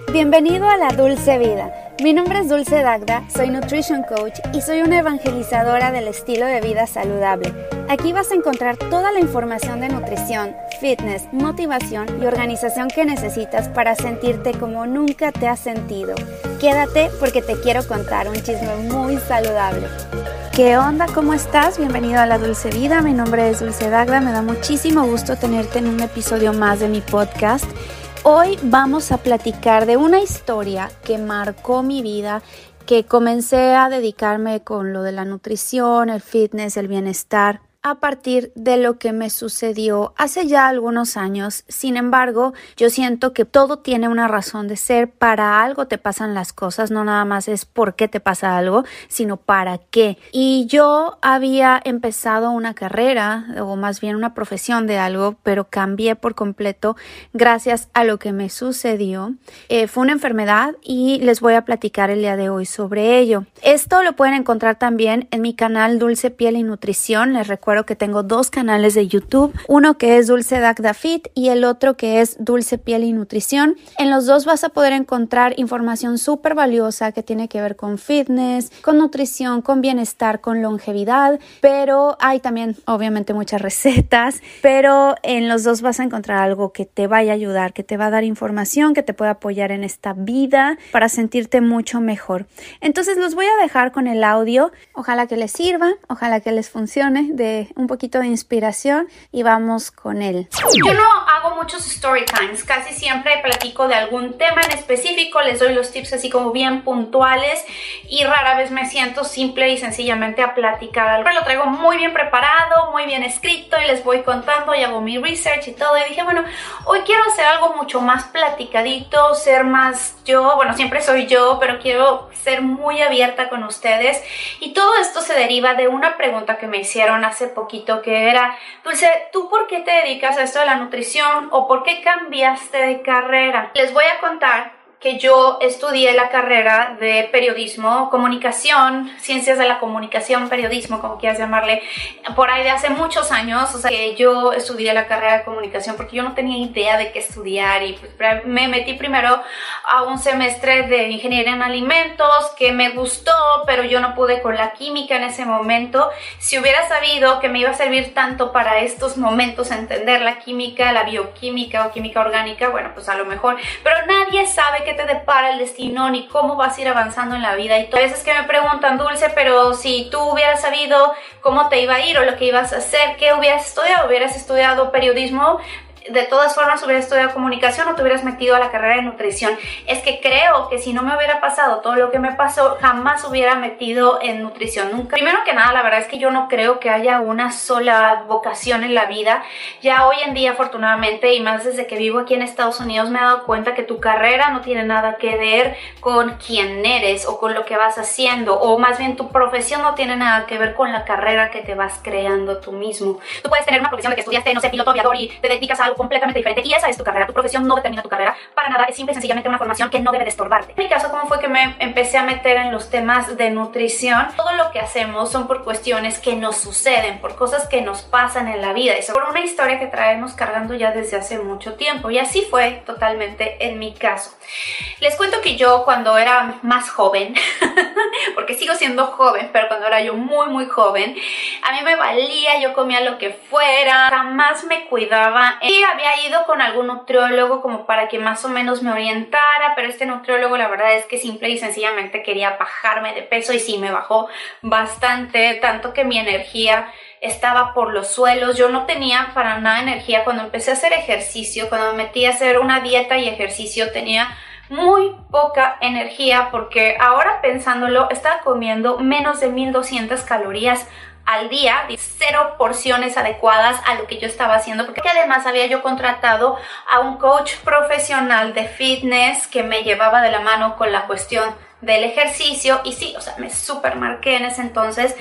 Bienvenido a La Dulce Vida. Mi nombre es Dulce Dagda, soy Nutrition Coach y soy una evangelizadora del estilo de vida saludable. Aquí vas a encontrar toda la información de nutrición, fitness, motivación y organización que necesitas para sentirte como nunca te has sentido. Quédate porque te quiero contar un chisme muy saludable. ¿Qué onda? ¿Cómo estás? Bienvenido a La Dulce Vida. Mi nombre es Dulce Dagda. Me da muchísimo gusto tenerte en un episodio más de mi podcast. Hoy vamos a platicar de una historia que marcó mi vida, que comencé a dedicarme con lo de la nutrición, el fitness, el bienestar, a partir de lo que me sucedió hace ya algunos años. Sin embargo, yo siento que todo tiene una razón de ser. Para algo te pasan las cosas, no nada más es por qué te pasa algo, sino para qué. Y yo había empezado una carrera, o más bien una profesión de algo, pero cambié por completo gracias a lo que me sucedió. Fue una enfermedad y les voy a platicar el día de hoy sobre ello. Esto lo pueden encontrar también en mi canal Dulce Piel y Nutrición. Les recuerdo que tengo dos canales de YouTube, uno que es Dulce Dagda Fit y el otro que es Dulce Piel y Nutrición. En los dos vas a poder encontrar información súper valiosa que tiene que ver con fitness, con nutrición, con bienestar, con longevidad, pero hay también obviamente muchas recetas, pero en los dos vas a encontrar algo que te vaya a ayudar, que te va a dar información, que te pueda apoyar en esta vida para sentirte mucho mejor. Entonces los voy a dejar con el audio, ojalá que les sirva, ojalá que les funcione de un poquito de inspiración y vamos con él. Yo no hago muchos story times, casi siempre platico de algún tema en específico, les doy los tips así como bien puntuales y rara vez me siento simple y sencillamente a platicar algo. Lo traigo muy bien preparado, muy bien escrito y les voy contando y hago mi research y todo y dije, bueno, hoy quiero hacer algo mucho más platicadito, ser más yo, bueno, siempre soy yo, pero quiero ser muy abierta con ustedes y todo esto se deriva de una pregunta que me hicieron hace poquito que era, Dulce, ¿tú por qué te dedicas a esto de la nutrición o por qué cambiaste de carrera? Les voy a contar que yo estudié la carrera de periodismo, comunicación, ciencias de la comunicación, periodismo, como quieras llamarle, por ahí de hace muchos años. O sea, que yo estudié la carrera de comunicación porque yo no tenía idea de qué estudiar y pues me metí primero a un semestre de ingeniería en alimentos que me gustó, pero yo no pude con la química en ese momento. Si hubiera sabido que me iba a servir tanto para estos momentos entender la química, la bioquímica o química orgánica, bueno, pues a lo mejor, pero nadie sabe qué te depara el destino ni cómo vas a ir avanzando en la vida. Y a veces que me preguntan, Dulce, pero si tú hubieras sabido cómo te iba a ir o lo que ibas a hacer, ¿qué hubieras estudiado? ¿Hubieras estudiado periodismo? De todas formas hubieras estudiado comunicación o te hubieras metido a la carrera de nutrición. Es que creo que si no me hubiera pasado todo lo que me pasó, jamás hubiera metido en nutrición, nunca. Primero que nada, la verdad es que yo no creo que haya una sola vocación en la vida. Ya hoy en día, afortunadamente, y más desde que vivo aquí en Estados Unidos, me he dado cuenta que tu carrera no tiene nada que ver con quién eres o con lo que vas haciendo, o más bien tu profesión no tiene nada que ver con la carrera que te vas creando tú mismo. Tú puedes tener una profesión de que estudiaste, no sé, piloto aviador y te dedicas a algo completamente diferente y esa es tu carrera. Tu profesión no determina tu carrera para nada, es simple y sencillamente una formación que no debe de estorbarte. En mi caso, ¿cómo fue que me empecé a meter en los temas de nutrición? Todo lo que hacemos son por cuestiones que nos suceden, por cosas que nos pasan en la vida, y por una historia que traemos cargando ya desde hace mucho tiempo, y así fue totalmente en mi caso. Les cuento que yo cuando era más joven, porque sigo siendo joven, pero cuando era yo muy joven, a mí me valía, yo comía lo que fuera, jamás me cuidaba y había ido con algún nutriólogo como para que más o menos me orientara, pero este nutriólogo la verdad es que simple y sencillamente quería bajarme de peso y sí me bajó bastante, tanto que mi energía estaba por los suelos. Yo no tenía para nada energía. Cuando empecé a hacer ejercicio, cuando me metí a hacer una dieta y ejercicio, tenía muy poca energía porque ahora pensándolo estaba comiendo menos de 1200 calorías al día, 0 porciones adecuadas a lo que yo estaba haciendo, porque además había yo contratado a un coach profesional de fitness que me llevaba de la mano con la cuestión del ejercicio. Y sí, o sea, me supermarqué en ese entonces,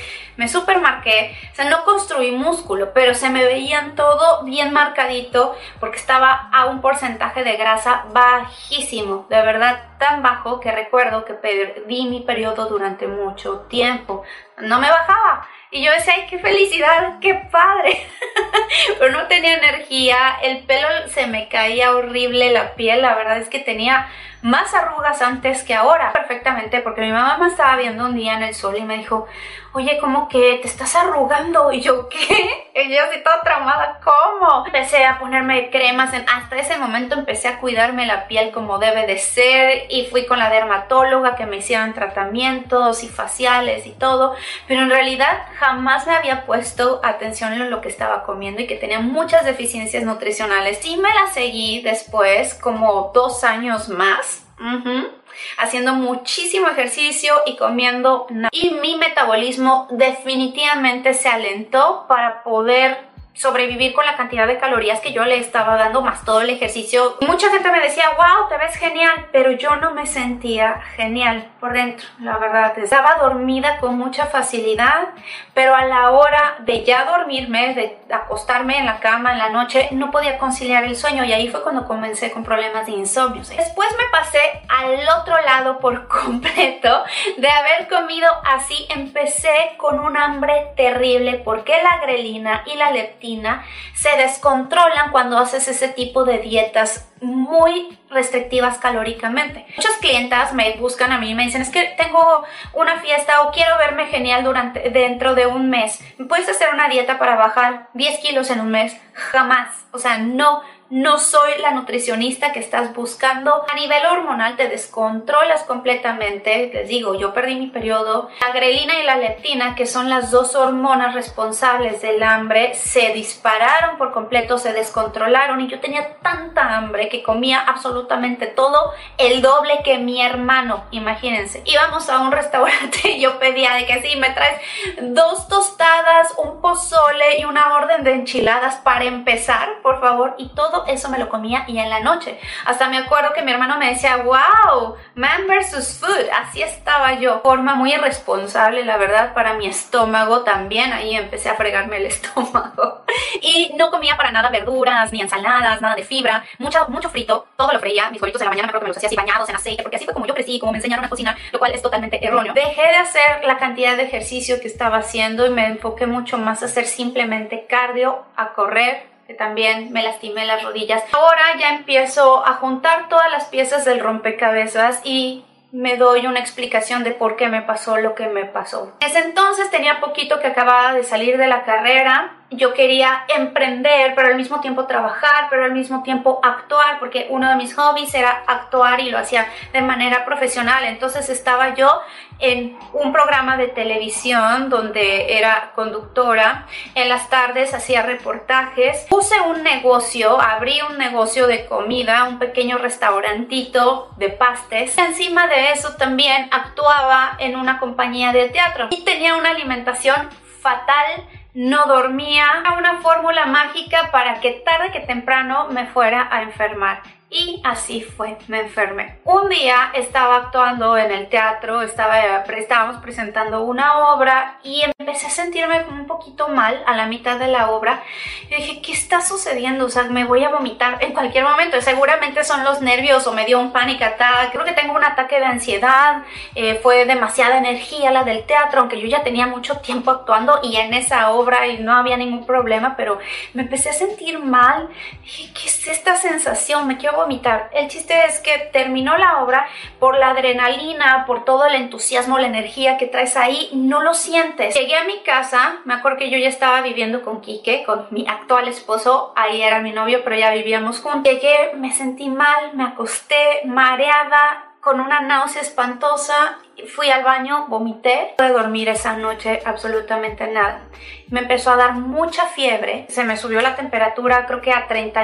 o sea, no construí músculo, pero se me veían todo bien marcadito porque estaba a un porcentaje de grasa bajísimo, de verdad tan bajo que recuerdo que perdí mi periodo durante mucho tiempo. no me bajaba. Y yo decía, ay, qué felicidad, qué padre. Pero no tenía energía, el pelo se me caía horrible, la piel, la verdad es que tenía más arrugas antes que ahora. Perfectamente, porque mi mamá me estaba viendo un día en el sol y me dijo, oye, ¿cómo que te estás arrugando? Y yo, ¿qué? Y yo así toda traumada, ¿cómo? Empecé a ponerme cremas, hasta ese momento empecé a cuidarme la piel como debe de ser y fui con la dermatóloga que me hicieron tratamientos y faciales y todo, pero en realidad jamás me había puesto atención en lo que estaba comiendo y que tenía muchas deficiencias nutricionales. Sí me las seguí después, como 2 años más, haciendo muchísimo ejercicio y comiendo nada. Y mi metabolismo definitivamente se alentó para poder sobrevivir con la cantidad de calorías que yo le estaba dando más todo el ejercicio. Mucha gente me decía, wow, te ves genial, pero yo no me sentía genial por dentro, la verdad. Estaba dormida con mucha facilidad, pero a la hora de ya dormirme, de acostarme en la cama en la noche, no podía conciliar el sueño y ahí fue cuando comencé con problemas de insomnio. Después me pasé al otro lado por completo de haber comido así. Empecé con un hambre terrible porque la grelina y la leptina se descontrolan cuando haces ese tipo de dietas muy restrictivas calóricamente. Muchas clientas me buscan a mí y me dicen, es que tengo una fiesta o quiero verme genial dentro de un mes. ¿Me puedes hacer una dieta para bajar 10 kilos en un mes? Jamás. O sea, no soy la nutricionista que estás buscando. A nivel hormonal te descontrolas completamente. Les digo, yo perdí mi periodo. La grelina y la leptina, que son las 2 hormonas responsables del hambre, se dispararon por completo, se descontrolaron y yo tenía tanta hambre que comía absolutamente todo, el doble que mi hermano, imagínense. Íbamos a un restaurante y yo pedía de que sí, me traes 2 tostadas, un pozole y una orden de enchiladas para empezar, por favor, y todo eso me lo comía. Y en la noche, hasta me acuerdo que mi hermano me decía, wow, man versus food, así estaba yo, forma muy irresponsable, la verdad, para mi estómago también. Ahí empecé a fregarme el estómago y no comía para nada verduras, ni ensaladas, nada de fibra, mucho frito, todo lo freía. Mis huevitos de la mañana me acuerdo que me los hacía así bañados en aceite, porque así fue como yo crecí, como me enseñaron a cocinar, lo cual es totalmente erróneo. Dejé de hacer la cantidad de ejercicio que estaba haciendo y me enfoqué mucho más a hacer simplemente cardio, a correr, que también me lastimé las rodillas. Ahora ya empiezo a juntar todas las piezas del rompecabezas y me doy una explicación de por qué me pasó lo que me pasó. En ese entonces tenía poquito que acababa de salir de la carrera. Yo quería emprender, pero al mismo tiempo trabajar, pero al mismo tiempo actuar, porque uno de mis hobbies era actuar y lo hacía de manera profesional. Entonces estaba yo en un programa de televisión donde era conductora. En las tardes hacía reportajes. Puse un negocio, abrí un negocio de comida, un pequeño restaurantito de pastes. Encima de eso también actuaba en una compañía de teatro y tenía una alimentación fatal. No dormía. Era una fórmula mágica para que tarde que temprano me fuera a enfermar. Y así fue, me enfermé. Un día estaba actuando en el teatro, estábamos presentando una obra y empecé a sentirme como un poquito mal a la mitad de la obra. Y dije, ¿qué está sucediendo? O sea, me voy a vomitar en cualquier momento. Seguramente son los nervios o me dio un panic attack. Creo que tengo un ataque de ansiedad. Fue demasiada energía la del teatro, aunque yo ya tenía mucho tiempo actuando y en esa obra y no había ningún problema, pero me empecé a sentir mal. Dije, ¿qué es esta sensación? Me quiero vomitar. El chiste es que terminó la obra, por la adrenalina, por todo el entusiasmo, la energía que traes ahí, no lo sientes. Llegué a mi casa, me acuerdo que yo ya estaba viviendo con Quique, con mi actual esposo, ahí era mi novio, pero ya vivíamos juntos. Llegué, me sentí mal, me acosté mareada, con una náusea espantosa, fui al baño, vomité. No pude dormir esa noche absolutamente nada. Me empezó a dar mucha fiebre, se me subió la temperatura creo que a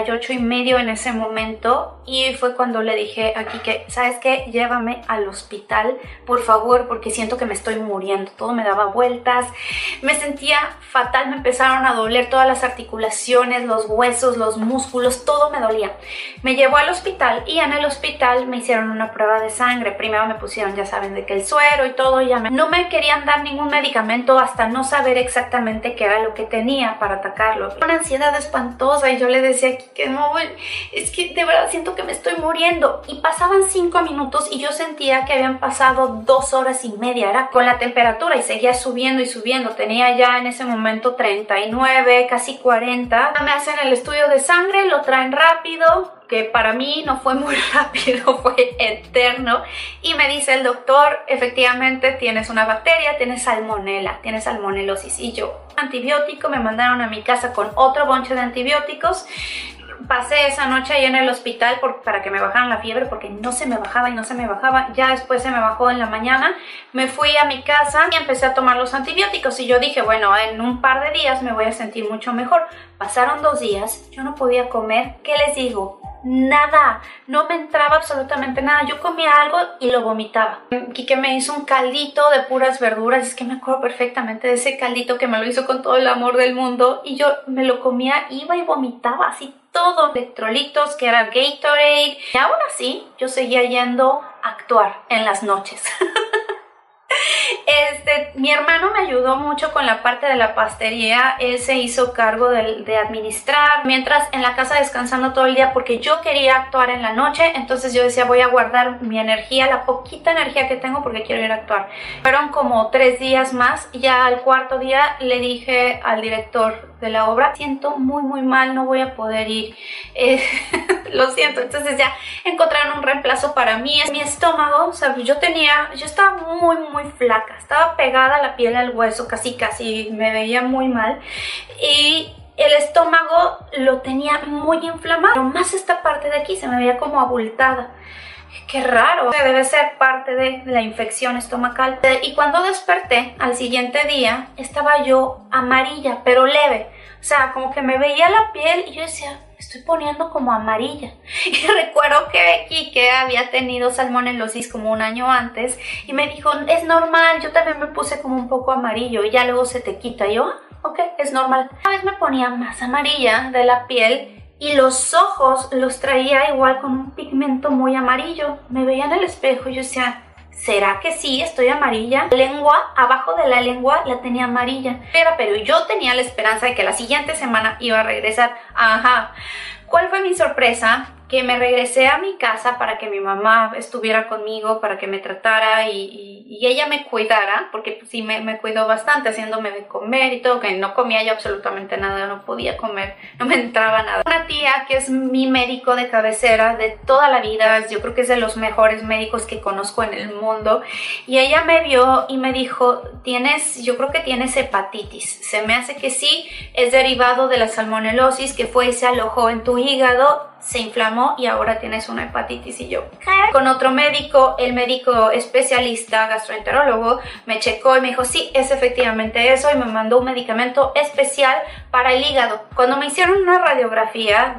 38,5 en ese momento y fue cuando le dije a Quique, ¿sabes qué? Llévame al hospital, por favor, porque siento que me estoy muriendo. Todo me daba vueltas, me sentía fatal, me empezaron a doler todas las articulaciones, los huesos, los músculos, todo me dolía. Me llevó al hospital y en el hospital me hicieron una prueba de sangre. Primero me pusieron, ya saben, de que el suero y todo, no me querían dar ningún medicamento hasta no saber exactamente qué era lo que tenía para atacarlo. Una ansiedad espantosa y yo le decía que no, es que de verdad siento que me estoy muriendo. Y pasaban 5 minutos y yo sentía que habían pasado 2 horas y media, era con la temperatura y seguía subiendo y subiendo. Tenía ya en ese momento 39, casi 40. Me hacen el estudio de sangre, lo traen rápido, que para mí no fue muy rápido, fue eterno, y me dice el doctor, efectivamente tienes una bacteria, tienes salmonela, tienes salmonelosis. Y yo, antibiótico, me mandaron a mi casa con otro bonche de antibióticos. Pasé esa noche ahí en el hospital para que me bajaran la fiebre, porque no se me bajaba y no se me bajaba. Ya después se me bajó en la mañana, me fui a mi casa y empecé a tomar los antibióticos y yo dije, bueno, en un par de días me voy a sentir mucho mejor. Pasaron 2 días, yo no podía comer. ¿Qué les digo? Nada, no me entraba absolutamente nada. Yo comía algo y lo vomitaba. Quique me hizo un caldito de puras verduras. Es que me acuerdo perfectamente de ese caldito, que me lo hizo con todo el amor del mundo, y yo me lo comía, iba y vomitaba así todo. Electrolitos, que era Gatorade. Y aún así yo seguía yendo a actuar en las noches. Mi hermano me ayudó mucho con la parte de la pastería. Él se hizo cargo de administrar, mientras en la casa descansando todo el día, porque yo quería actuar en la noche. Entonces yo decía, voy a guardar mi energía, la poquita energía que tengo, porque quiero ir a actuar. Fueron como 3 días más, y ya al 4.º día le dije al director de la obra, siento muy mal, no voy a poder ir, lo siento. Entonces ya encontraron un reemplazo para mí. Mi estómago, o sea, yo estaba muy flaca, estaba pegada la piel al hueso, casi me veía muy mal, y el estómago lo tenía muy inflamado, pero más esta parte de aquí se me veía como abultada. Qué raro, debe ser parte de la infección estomacal. Y cuando desperté al siguiente día, estaba yo amarilla, pero leve. O sea, como que me veía la piel y yo decía, me estoy poniendo como amarilla. Y recuerdo que Quique había tenido salmonelosis como 1 año antes y me dijo, es normal, yo también me puse como un poco amarillo y ya luego se te quita. Y yo, ok, es normal. Cada vez me ponía más amarilla de la piel. Y los ojos los traía igual con un pigmento muy amarillo. Me veía en el espejo y yo decía, ¿será que sí estoy amarilla? La lengua, abajo de la lengua la tenía amarilla. Pero yo tenía la esperanza de que la siguiente semana iba a regresar. Ajá. ¿Cuál fue mi sorpresa? Que me regresé a mi casa para que mi mamá estuviera conmigo, para que me tratara y ella me cuidara, porque pues, sí me cuidó bastante, haciéndome de comer y todo, que no comía yo absolutamente nada, no podía comer, no me entraba nada. Una tía que es mi médico de cabecera de toda la vida, yo creo que es de los mejores médicos que conozco en el mundo, y ella me vio y me dijo, yo creo que tienes hepatitis, se me hace que sí, es derivado de la salmonelosis que fue y se alojó en tu hígado, se inflamó y ahora tienes una hepatitis. Y yo, ¿qué? Con otro médico, el médico especialista, gastroenterólogo, me checó y me dijo, sí, es efectivamente eso, y me mandó un medicamento especial para el hígado. Cuando me hicieron una radiografía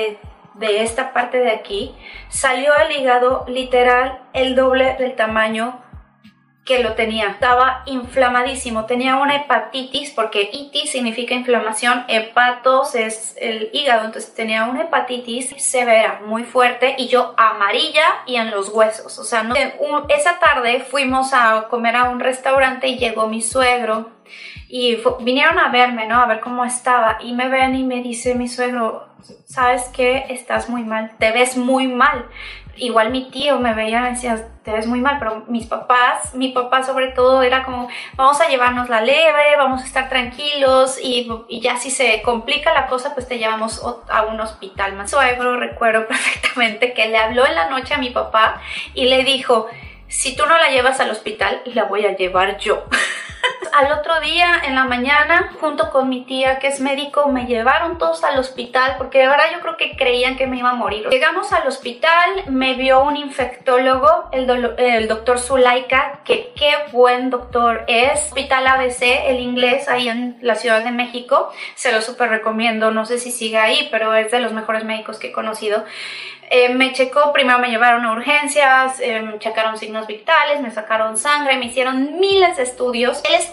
de esta parte de aquí, salió el hígado literal el doble del tamaño que lo tenía. Estaba inflamadísimo, tenía una hepatitis, porque itis significa inflamación, hepatos es el hígado, entonces tenía una hepatitis severa, muy fuerte, y yo amarilla y en los huesos. O sea, no. Esa tarde fuimos a comer a un restaurante y llegó mi suegro y vinieron a verme, ¿no? A ver cómo estaba, y me ven y me dice mi suegro, ¿sabes qué? Estás muy mal, te ves muy mal. Igual mi tío me veía y me decía, te ves muy mal, pero mi papá sobre todo era como, vamos a llevarnos la leve, vamos a estar tranquilos, y ya si se complica la cosa, pues te llevamos a un hospital más. Suegro, recuerdo perfectamente que le habló en la noche a mi papá y le dijo, si tú no la llevas al hospital, la voy a llevar yo. Al otro día, en la mañana, junto con mi tía que es médico, me llevaron todos al hospital, porque de verdad yo creo que creían que me iba a morir. Llegamos al hospital, me vio un infectólogo, el doctor Zulaika, que qué buen doctor es. Hospital ABC, el inglés, ahí en la Ciudad de México, se lo súper recomiendo, no sé si sigue ahí, pero es de los mejores médicos que he conocido. Me checó, primero me llevaron a urgencias, me checaron signos vitales, me sacaron sangre, me hicieron miles de estudios. Él está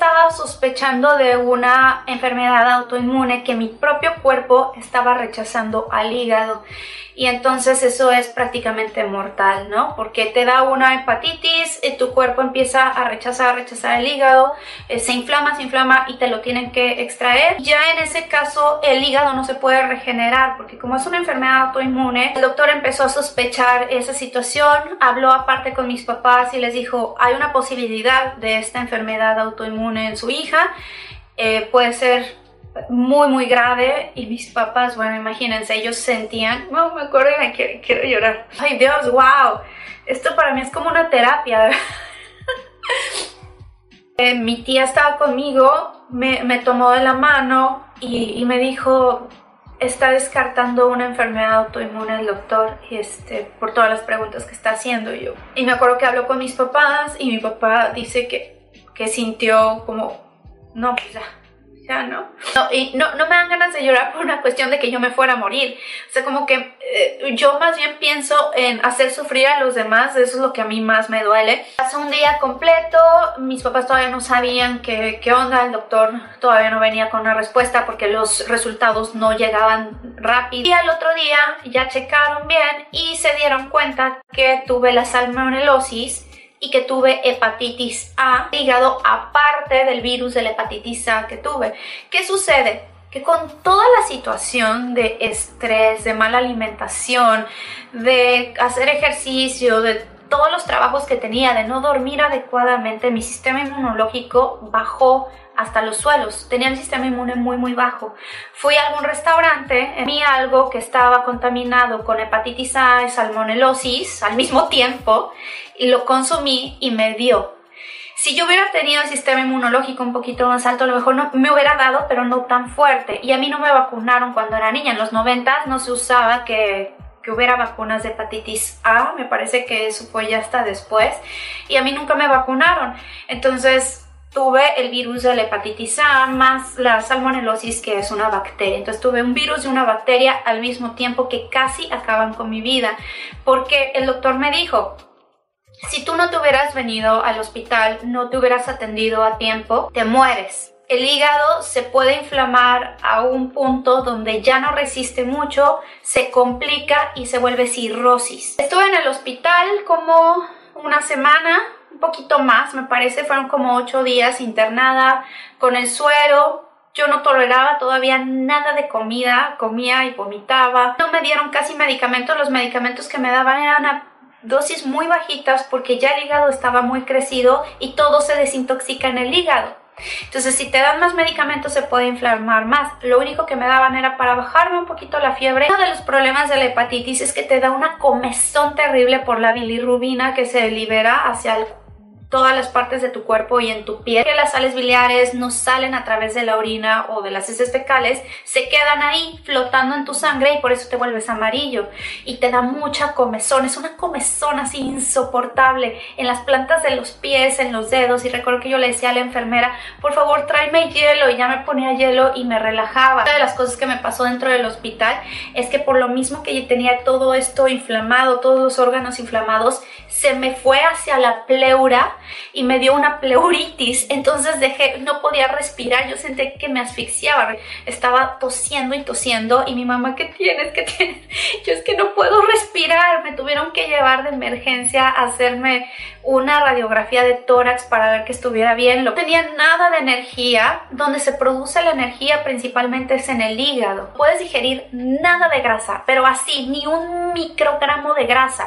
estaba sospechando de una enfermedad autoinmune que mi propio cuerpo estaba rechazando al hígado. Y entonces eso es prácticamente mortal, ¿no? Porque te da una hepatitis, tu cuerpo empieza a rechazar el hígado, se inflama y te lo tienen que extraer. Ya en ese caso el hígado no se puede regenerar porque como es una enfermedad autoinmune, el doctor empezó a sospechar esa situación, habló aparte con mis papás y les dijo, hay una posibilidad de esta enfermedad autoinmune en su hija, puede ser muy grave. Y mis papás, bueno, imagínense, ellos sentían, no me acuerdo y me quiero llorar. Ay Dios, wow, esto para mí es como una terapia. Mi tía estaba conmigo, me tomó de la mano y me dijo, está descartando una enfermedad autoinmune el doctor por todas las preguntas que está haciendo yo. Y me acuerdo que habló con mis papás y mi papá dice que sintió como, no, pues ya no. Y no me dan ganas de llorar por una cuestión de que yo me fuera a morir. O sea, como que yo más bien pienso en hacer sufrir a los demás, eso es lo que a mí más me duele. Pasó un día completo, mis papás todavía no sabían qué onda, el doctor todavía no venía con una respuesta porque los resultados no llegaban rápido. Y al otro día ya checaron bien y se dieron cuenta que tuve la salmonelosis y que tuve hepatitis A, hígado, aparte del virus de la hepatitis A que tuve. ¿Qué sucede? Que con toda la situación de estrés, de mala alimentación, de hacer ejercicio, de todos los trabajos que tenía, de no dormir adecuadamente, mi sistema inmunológico bajó hasta los suelos. Tenía el sistema inmune muy bajo. Fui a algún restaurante, comí algo que estaba contaminado con hepatitis A y salmonelosis al mismo tiempo y lo consumí y me dio. Si yo hubiera tenido el sistema inmunológico un poquito más alto, a lo mejor no, me hubiera dado, pero no tan fuerte. Y a mí no me vacunaron cuando era niña. En los 90 no se usaba que hubiera vacunas de hepatitis A. Me parece que eso fue ya hasta después. Y a mí nunca me vacunaron. Entonces tuve el virus de la hepatitis A más la salmonelosis, que es una bacteria. Entonces tuve un virus y una bacteria al mismo tiempo que casi acaban con mi vida. Porque el doctor me dijo, si tú no te hubieras venido al hospital, no te hubieras atendido a tiempo, te mueres. El hígado se puede inflamar a un punto donde ya no resiste mucho, se complica y se vuelve cirrosis. Estuve en el hospital como una semana, un poquito más me parece, fueron como 8 días internada con el suero. Yo no toleraba todavía nada de comida, comía y vomitaba. No me dieron casi medicamentos, los medicamentos que me daban eran a dosis muy bajitas porque ya el hígado estaba muy crecido y todo se desintoxica en el hígado. Entonces si te dan más medicamentos se puede inflamar más. Lo único que me daban era para bajarme un poquito la fiebre. Uno de los problemas de la hepatitis es que te da una comezón terrible por la bilirrubina que se libera hacia todas las partes de tu cuerpo y en tu piel. Que las sales biliares no salen a través de la orina o de las heces fecales, se quedan ahí flotando en tu sangre y por eso te vuelves amarillo y te da mucha comezón. Es una comezón así insoportable en las plantas de los pies, en los dedos. Y recuerdo que yo le decía a la enfermera, por favor tráeme hielo, y ya me ponía hielo y me relajaba. Una de las cosas que me pasó dentro del hospital es que por lo mismo que yo tenía todo esto inflamado, todos los órganos inflamados, se me fue hacia la pleura y me dio una pleuritis. Entonces no podía respirar, yo sentí que me asfixiaba, estaba tosiendo y tosiendo y mi mamá, ¿qué tienes? ¿Qué tienes? Yo es que no puedo respirar. Me tuvieron que llevar de emergencia a hacerme una radiografía de tórax para ver que estuviera bien. No tenía nada de energía. Donde se produce la energía principalmente es en el hígado. No puedes digerir nada de grasa, pero así, ni un microgramo de grasa,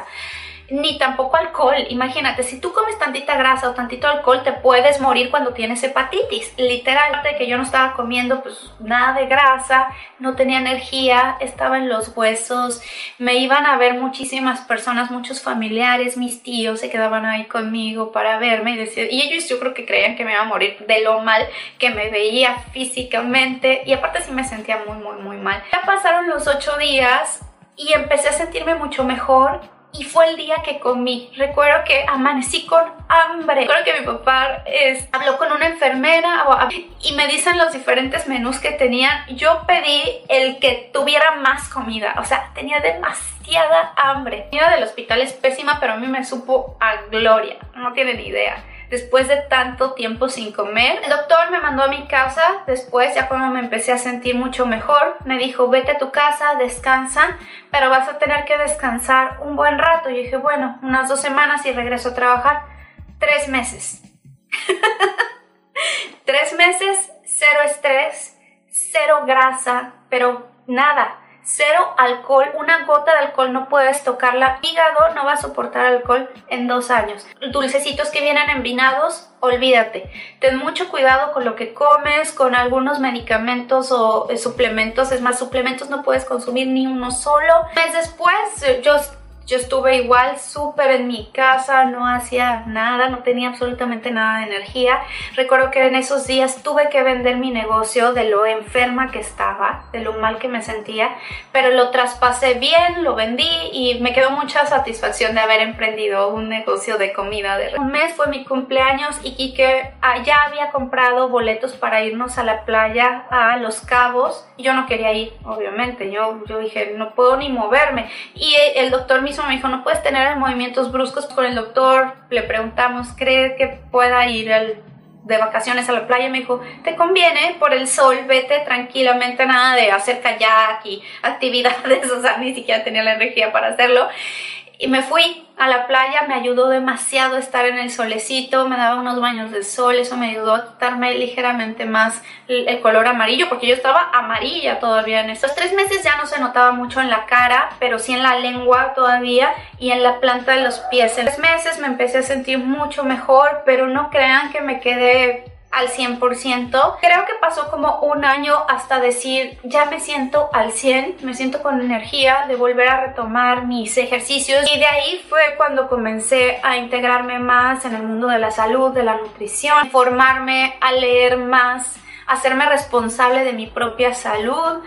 ni tampoco alcohol. Imagínate, si tú comes tantita grasa o tantito alcohol, te puedes morir cuando tienes hepatitis. Literal, que yo no estaba comiendo pues nada de grasa, no tenía energía, estaba en los huesos. Me iban a ver muchísimas personas, muchos familiares, mis tíos se quedaban ahí conmigo para verme y ellos yo creo que creían que me iba a morir de lo mal que me veía físicamente, y aparte sí me sentía muy mal. Ya pasaron los 8 días y empecé a sentirme mucho mejor. Y fue el día que comí. Recuerdo que amanecí con hambre. Recuerdo que mi papá habló con una enfermera y me dicen los diferentes menús que tenían. Yo pedí el que tuviera más comida. O sea, tenía demasiada hambre. La comida del hospital es pésima, pero a mí me supo a gloria. No tienen idea. después de tanto tiempo sin comer. El doctor me mandó a mi casa después, ya cuando me empecé a sentir mucho mejor. Me dijo, vete a tu casa, descansa, pero vas a tener que descansar un buen rato. Y dije, bueno, unas 2 semanas y regreso a trabajar. 3 meses. 3 meses, 0 estrés, 0 grasa, pero nada. 0 alcohol, una gota de alcohol no puedes tocarla. El hígado no va a soportar alcohol en 2 años. Dulcecitos que vienen envinados, olvídate. Ten mucho cuidado con lo que comes, con algunos medicamentos o suplementos. Es más, suplementos no puedes consumir ni uno solo. Un mes después, yo estuve igual súper en mi casa, no hacía nada, no tenía absolutamente nada de energía. Recuerdo que en esos días tuve que vender mi negocio de lo enferma que estaba, de lo mal que me sentía, pero lo traspasé bien, lo vendí y me quedó mucha satisfacción de haber emprendido un negocio de comida. Un mes fue mi cumpleaños y Quique ya había comprado boletos para irnos a la playa, a Los Cabos. Yo no quería ir, obviamente, yo dije, no puedo ni moverme. Y el doctor me dijo, no puedes tener movimientos bruscos. Con el doctor le preguntamos, ¿cree que pueda ir de vacaciones a la playa? Me dijo, te conviene por el sol, vete tranquilamente, nada de hacer kayak y actividades, o sea, ni siquiera tenía la energía para hacerlo. Y me fui a la playa, me ayudó demasiado estar en el solecito, me daba unos baños de sol, eso me ayudó a quitarme ligeramente más el color amarillo, porque yo estaba amarilla todavía en estos 3 meses. Ya no se notaba mucho en la cara, pero sí en la lengua todavía y en la planta de los pies. En 3 meses me empecé a sentir mucho mejor, pero no crean que me quedé al 100%. Creo que pasó como 1 año hasta decir, ya me siento al 100, me siento con energía de volver a retomar mis ejercicios. Y de ahí fue cuando comencé a integrarme más en el mundo de la salud, de la nutrición, formarme, a leer más, hacerme responsable de mi propia salud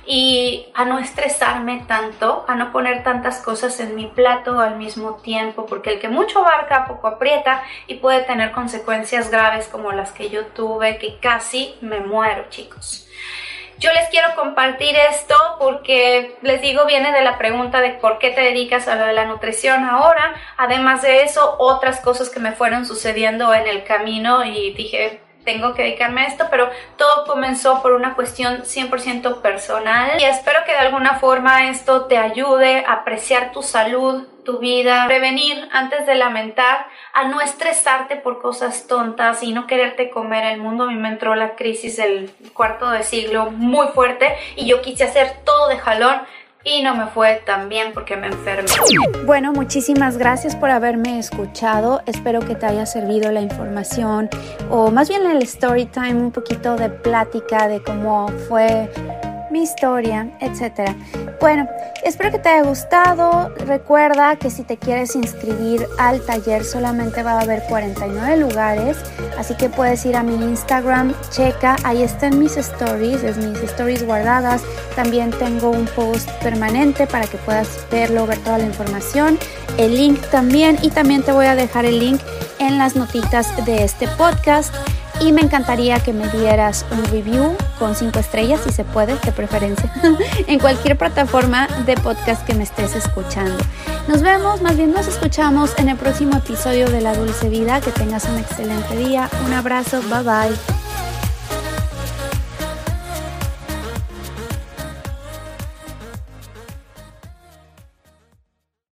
y a no estresarme tanto, a no poner tantas cosas en mi plato al mismo tiempo, porque el que mucho abarca poco aprieta y puede tener consecuencias graves como las que yo tuve, que casi me muero, chicos. Yo les quiero compartir esto porque, les digo, viene de la pregunta de por qué te dedicas a lo de la nutrición ahora. Además de eso, otras cosas que me fueron sucediendo en el camino y dije, tengo que dedicarme a esto, pero todo comenzó por una cuestión 100% personal y espero que de alguna forma esto te ayude a apreciar tu salud, tu vida, prevenir antes de lamentar, a no estresarte por cosas tontas y no quererte comer el mundo. A mí me entró la crisis del cuarto de siglo muy fuerte y yo quise hacer todo de jalón y no me fue tan bien porque me enfermé. Bueno, muchísimas gracias por haberme escuchado. Espero que te haya servido la información o más bien el story time, un poquito de plática de cómo fue mi historia, etcétera. Bueno, espero que te haya gustado. Recuerda que si te quieres inscribir al taller solamente va a haber 49 lugares, así que puedes ir a mi Instagram, checa, ahí están mis stories, es mis stories guardadas. También tengo un post permanente para que puedas verlo, ver toda la información, el link también, y también te voy a dejar el link en las notitas de este podcast. Y me encantaría que me dieras un review con 5 estrellas, si se puede, de preferencia, en cualquier plataforma de podcast que me estés escuchando. Nos vemos, más bien nos escuchamos en el próximo episodio de La Dulce Vida. Que tengas un excelente día. Un abrazo, bye bye.